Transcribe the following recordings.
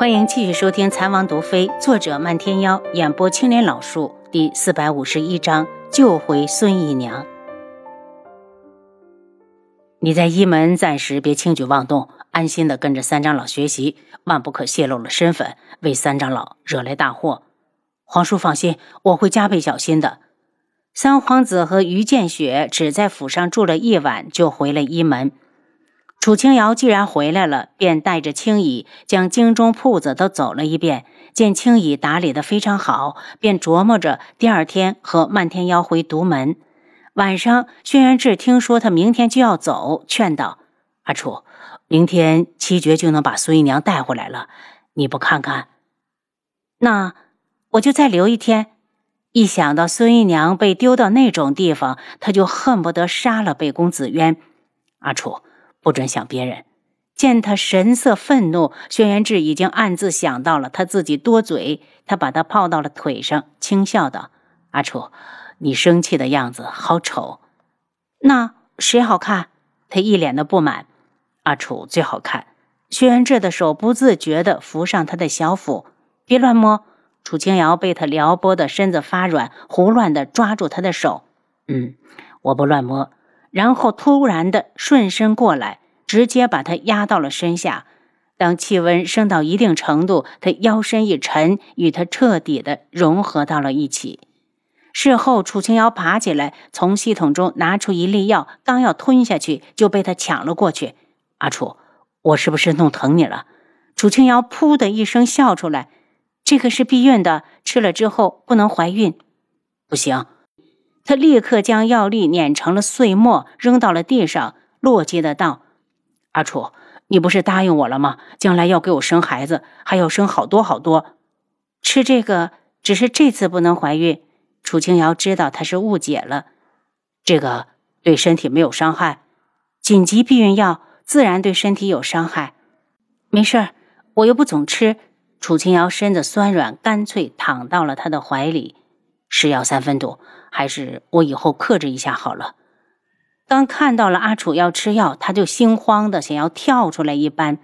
欢迎继续收听《残王毒妃》，作者漫天妖，演播青莲老树，第451章，救回孙姨娘。你在一门暂时别轻举妄动，安心的跟着三长老学习，万不可泄露了身份，为三长老惹来大祸。皇叔放心，我会加倍小心的。三皇子和于建雪只在府上住了一晚，就回了一门。楚清瑶既然回来了，便带着青姨将京中铺子都走了一遍，见青姨打理得非常好，便琢磨着第二天和漫天妖回独门。晚上，轩辕志听说他明天就要走，劝道：阿楚，明天七绝就能把孙姨娘带回来了，你不看看？那我就再留一天。一想到孙姨娘被丢到那种地方，他就恨不得杀了北宫紫渊。阿楚，不准想别人。见他神色愤怒，轩辕志已经暗自想到了他自己多嘴，他把他抱到了腿上，轻笑道：阿楚，你生气的样子好丑。那谁好看？他一脸的不满。阿楚最好看。轩辕志的手不自觉地扶上他的小腹。别乱摸。楚清瑶被他撩拨的身子发软，胡乱地抓住他的手。我不乱摸。然后突然的顺身过来，直接把他压到了身下。当气温升到一定程度，他腰身一沉，与他彻底的融合到了一起。事后楚清瑶爬起来，从系统中拿出一粒药，刚要吞下去，就被他抢了过去。阿楚，我是不是弄疼你了？楚清瑶噗的一声笑出来，这个是避孕的，吃了之后不能怀孕。不行。他立刻将药粒碾成了碎末，扔到了地上，落寂的道：阿楚，你不是答应我了吗？将来要给我生孩子，还要生好多好多。吃这个只是这次不能怀孕。楚清瑶知道他是误解了。这个对身体没有伤害。紧急避孕药自然对身体有伤害。没事儿，我又不总吃。楚清瑶身子酸软，干脆躺到了他的怀里。是药3分毒，还是我以后克制一下好了。刚看到了阿楚要吃药，他就心慌的想要跳出来一般。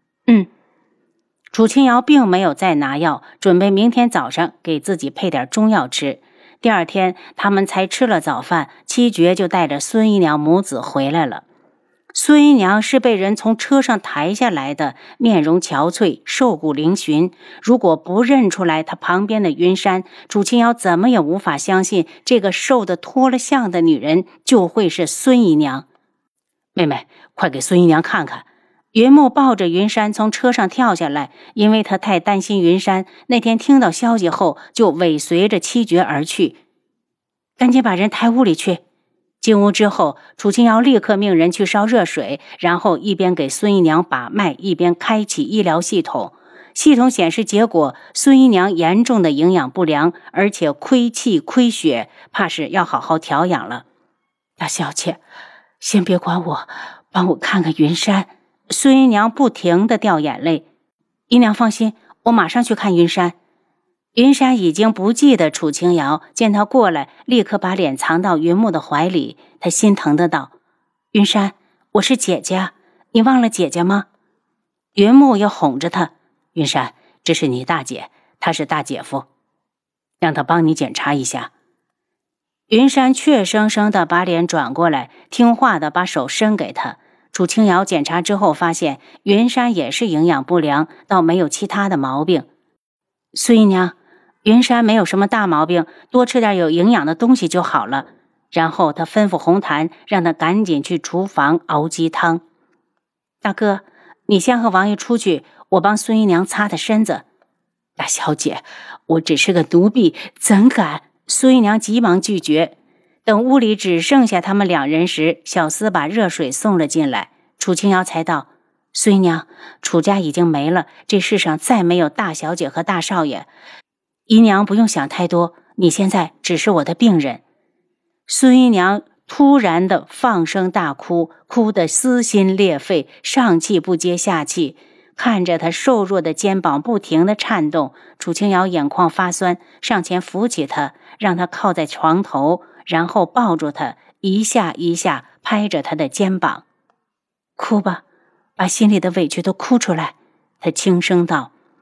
楚清瑶并没有再拿药，准备明天早上给自己配点中药吃。第二天他们才吃了早饭，七绝就带着孙姨娘母子回来了。孙姨娘是被人从车上抬下来的，面容憔悴，瘦骨嶙峋。如果不认出来她旁边的云山，楚清瑶怎么也无法相信这个瘦得脱了相的女人就会是孙姨娘。妹妹，快给孙姨娘看看。云木抱着云山从车上跳下来，因为他太担心云山，那天听到消息后就尾随着七绝而去。赶紧把人抬屋里去。进屋之后，楚清瑶立刻命人去烧热水，然后一边给孙姨娘把脉，一边开启医疗系统。系统显示结果，孙姨娘严重的营养不良，而且亏气亏血，怕是要好好调养了。大小姐，先别管我，帮我看看云山。孙姨娘不停地掉眼泪。姨娘放心，我马上去看云山。云山已经不记得楚清瑶，见他过来，立刻把脸藏到云木的怀里。他心疼的道：云山，我是姐姐，你忘了姐姐吗？云木也哄着他：云山，这是你大姐，她是大姐夫，让他帮你检查一下。云山怯生生的把脸转过来，听话的把手伸给他。楚清瑶检查之后发现云山也是营养不良，倒没有其他的毛病。孙姨娘，云山没有什么大毛病，多吃点有营养的东西就好了。然后他吩咐红檀让他赶紧去厨房熬鸡汤。大哥，你先和王爷出去，我帮孙姨娘擦擦身子。大小姐，我只是个奴婢，怎敢？孙姨娘急忙拒绝。等屋里只剩下他们两人时，小厮把热水送了进来。楚清瑶才道：孙姨娘，楚家已经没了，这世上再没有大小姐和大少爷。姨娘不用想太多，你现在只是我的病人。孙姨娘突然的放声大哭，哭得撕心裂肺，上气不接下气。看着她瘦弱的肩膀不停地颤动，楚清瑶眼眶发酸，上前扶起她，让她靠在床头，然后抱住她，一下一下拍着她的肩膀。哭吧，把心里的委屈都哭出来。她轻声道。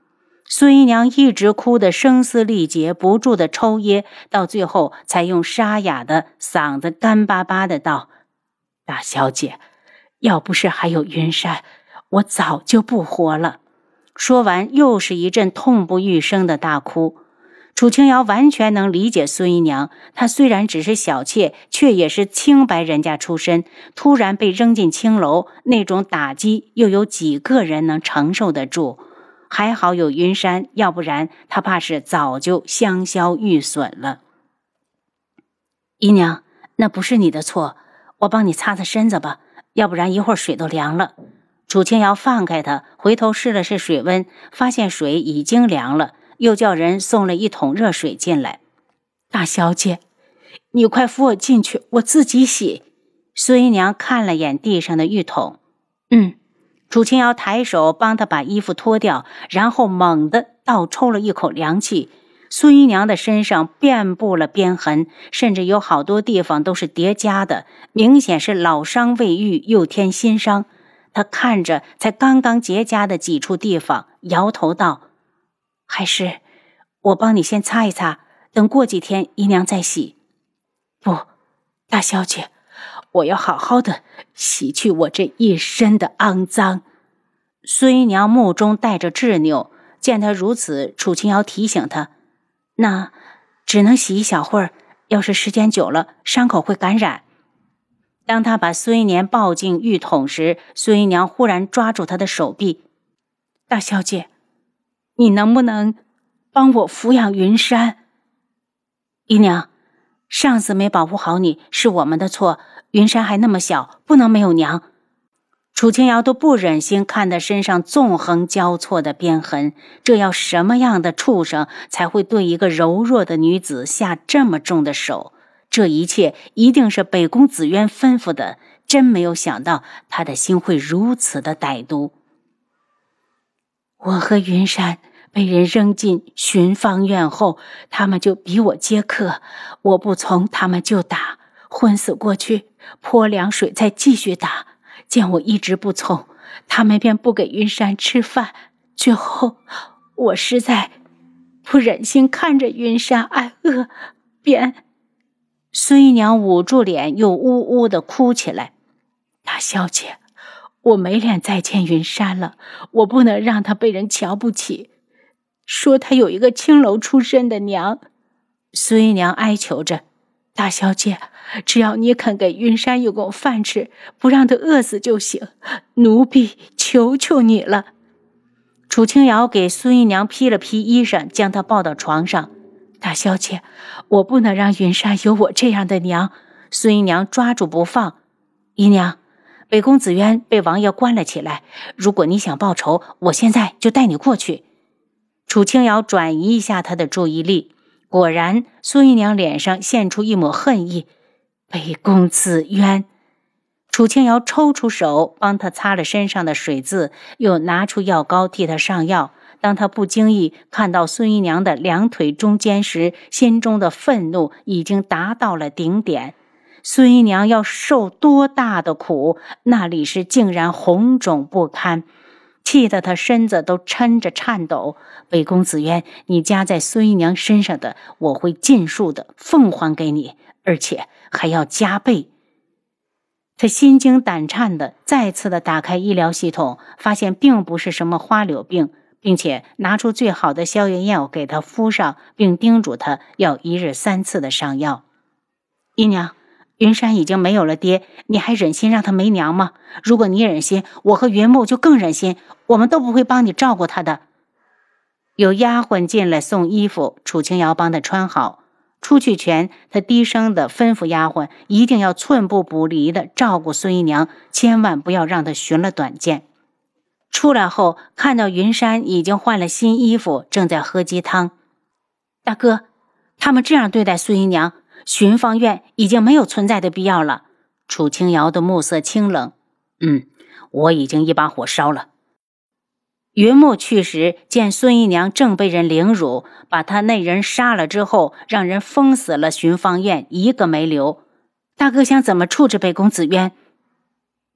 孙姨娘一直哭得声嘶力竭，不住地抽噎，到最后才用沙哑的嗓子干巴巴的道：大小姐，要不是还有云山，我早就不活了。说完又是一阵痛不欲生的大哭。楚清瑶完全能理解孙姨娘，她虽然只是小妾，却也是清白人家出身，突然被扔进青楼，那种打击又有几个人能承受得住？还好有云山，要不然她怕是早就香消玉损了。姨娘，那不是你的错，我帮你擦擦身子吧，要不然一会儿水都凉了。楚清瑶放开她，回头试了试水温，发现水已经凉了，又叫人送了一桶热水进来。大小姐，你快扶我进去，我自己洗。孙姨娘看了眼地上的浴桶。楚清瑶抬手帮她把衣服脱掉，然后猛地倒抽了一口凉气。孙姨娘的身上遍布了鞭痕，甚至有好多地方都是叠加的，明显是老伤未愈，又添新伤。她看着才刚刚结痂的几处地方，摇头道：还是我帮你先擦一擦，等过几天姨娘再洗。不，大小姐，我要好好的洗去我这一身的肮脏。孙姨娘目中带着执拗，见她如此，楚清瑶提醒她：那只能洗一小会儿，要是时间久了，伤口会感染。当她把孙姨娘抱进浴桶时，孙姨娘忽然抓住她的手臂：大小姐，你能不能帮我抚养云山？姨娘，上次没保护好你，是我们的错，云山还那么小，不能没有娘。楚清瑶都不忍心看她身上纵横交错的鞭痕，这要什么样的畜生才会对一个柔弱的女子下这么重的手？这一切一定是北宫紫渊吩咐的，真没有想到他的心会如此的歹毒。我和云山被人扔进巡芳院后，他们就逼我接客，我不从他们就打，昏死过去，泼凉水再继续打，见我一直不从，他们便不给云山吃饭，最后我实在不忍心看着云山挨饿，便……孙姨娘捂住脸，又呜呜地哭起来。大小姐，我没脸再见云山了，我不能让他被人瞧不起，说他有一个青楼出身的娘。孙姨娘哀求着：大小姐，只要你肯给云山有口饭吃，不让他饿死就行，奴婢求求你了。楚清瑶给孙姨娘披了披衣裳，将她抱到床上。大小姐，我不能让云山有我这样的娘。孙姨娘抓住不放。姨娘，北宫紫渊被王爷关了起来，如果你想报仇，我现在就带你过去。楚清瑶转移一下她的注意力，果然孙姨娘脸上现出一抹恨意。北宫紫渊。楚清瑶抽出手帮她擦了身上的水渍，又拿出药膏替她上药。当她不经意看到孙姨娘的两腿中间时，心中的愤怒已经达到了顶点。孙姨娘要受多大的苦，那里是竟然红肿不堪，气得她身子都抻着颤抖。北宫紫渊，你加在孙姨娘身上的，我会尽数的奉还给你，而且还要加倍。他心惊胆颤的再次的打开医疗系统，发现并不是什么花柳病，并且拿出最好的消炎药给他敷上，并叮嘱他要1日3次的上药。姨娘，云山已经没有了爹，你还忍心让他没娘吗？如果你忍心，我和云木就更忍心，我们都不会帮你照顾他的。有丫鬟进来送衣服，楚清瑶帮他穿好。出去前，他低声地吩咐丫鬟一定要寸步不离地照顾孙姨娘，千万不要让她寻了短见。出来后，看到云山已经换了新衣服，正在喝鸡汤。大哥，他们这样对待孙姨娘，巡芳院已经没有存在的必要了。楚清瑶的目色清冷。我已经一把火烧了。云木去时，见孙姨娘正被人凌辱，把她那人杀了之后，让人封死了巡芳院，一个没留。大哥想怎么处置北宫紫渊？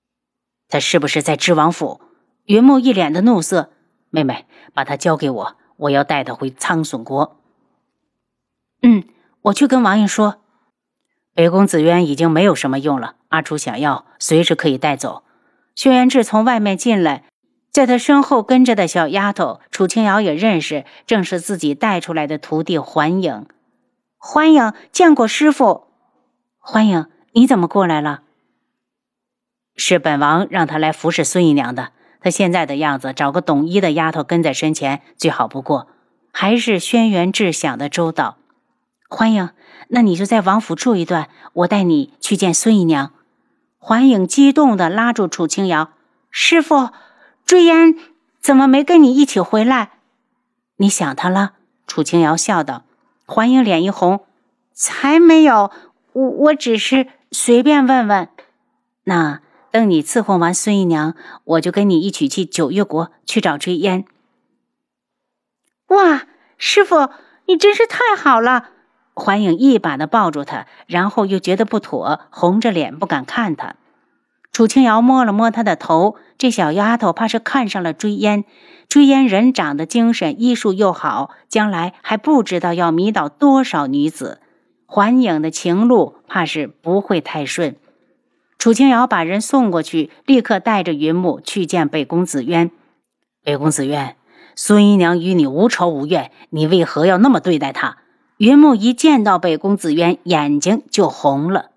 他是不是在知王府？云木一脸的怒色。妹妹，把他交给我， 我要带他回苍隼国。我去跟王爷说。北宫子渊已经没有什么用了，阿楚想要随时可以带走。轩辕志从外面进来，在他身后跟着的小丫头楚清瑶也认识，正是自己带出来的徒弟环影。环影见过师父。环影，你怎么过来了？是本王让他来服侍孙姨娘的，他现在的样子，找个懂医的丫头跟在身前最好不过。还是轩辕志想的周到。环影，那你就在王府住一段，我带你去见孙姨娘。环影激动地拉住楚清瑶，师父，坠烟怎么没跟你一起回来？你想他了？楚清瑶笑道。环影脸一红，才没有，我只是随便问问。那等你伺候完孙姨娘，我就跟你一起去九月国去找坠烟。哇，师父，你真是太好了！环影一把的抱住他，然后又觉得不妥，红着脸不敢看他。楚清瑶摸了摸他的头，这小丫头怕是看上了坠烟。坠烟人长得精神，医术又好，将来还不知道要迷倒多少女子。环影的情路怕是不会太顺。楚清瑶把人送过去，立刻带着云木去见北宫子渊。北宫子渊，孙姨娘与你无仇无怨，你为何要那么对待她？云木一见到北宫子渊，眼睛就红了。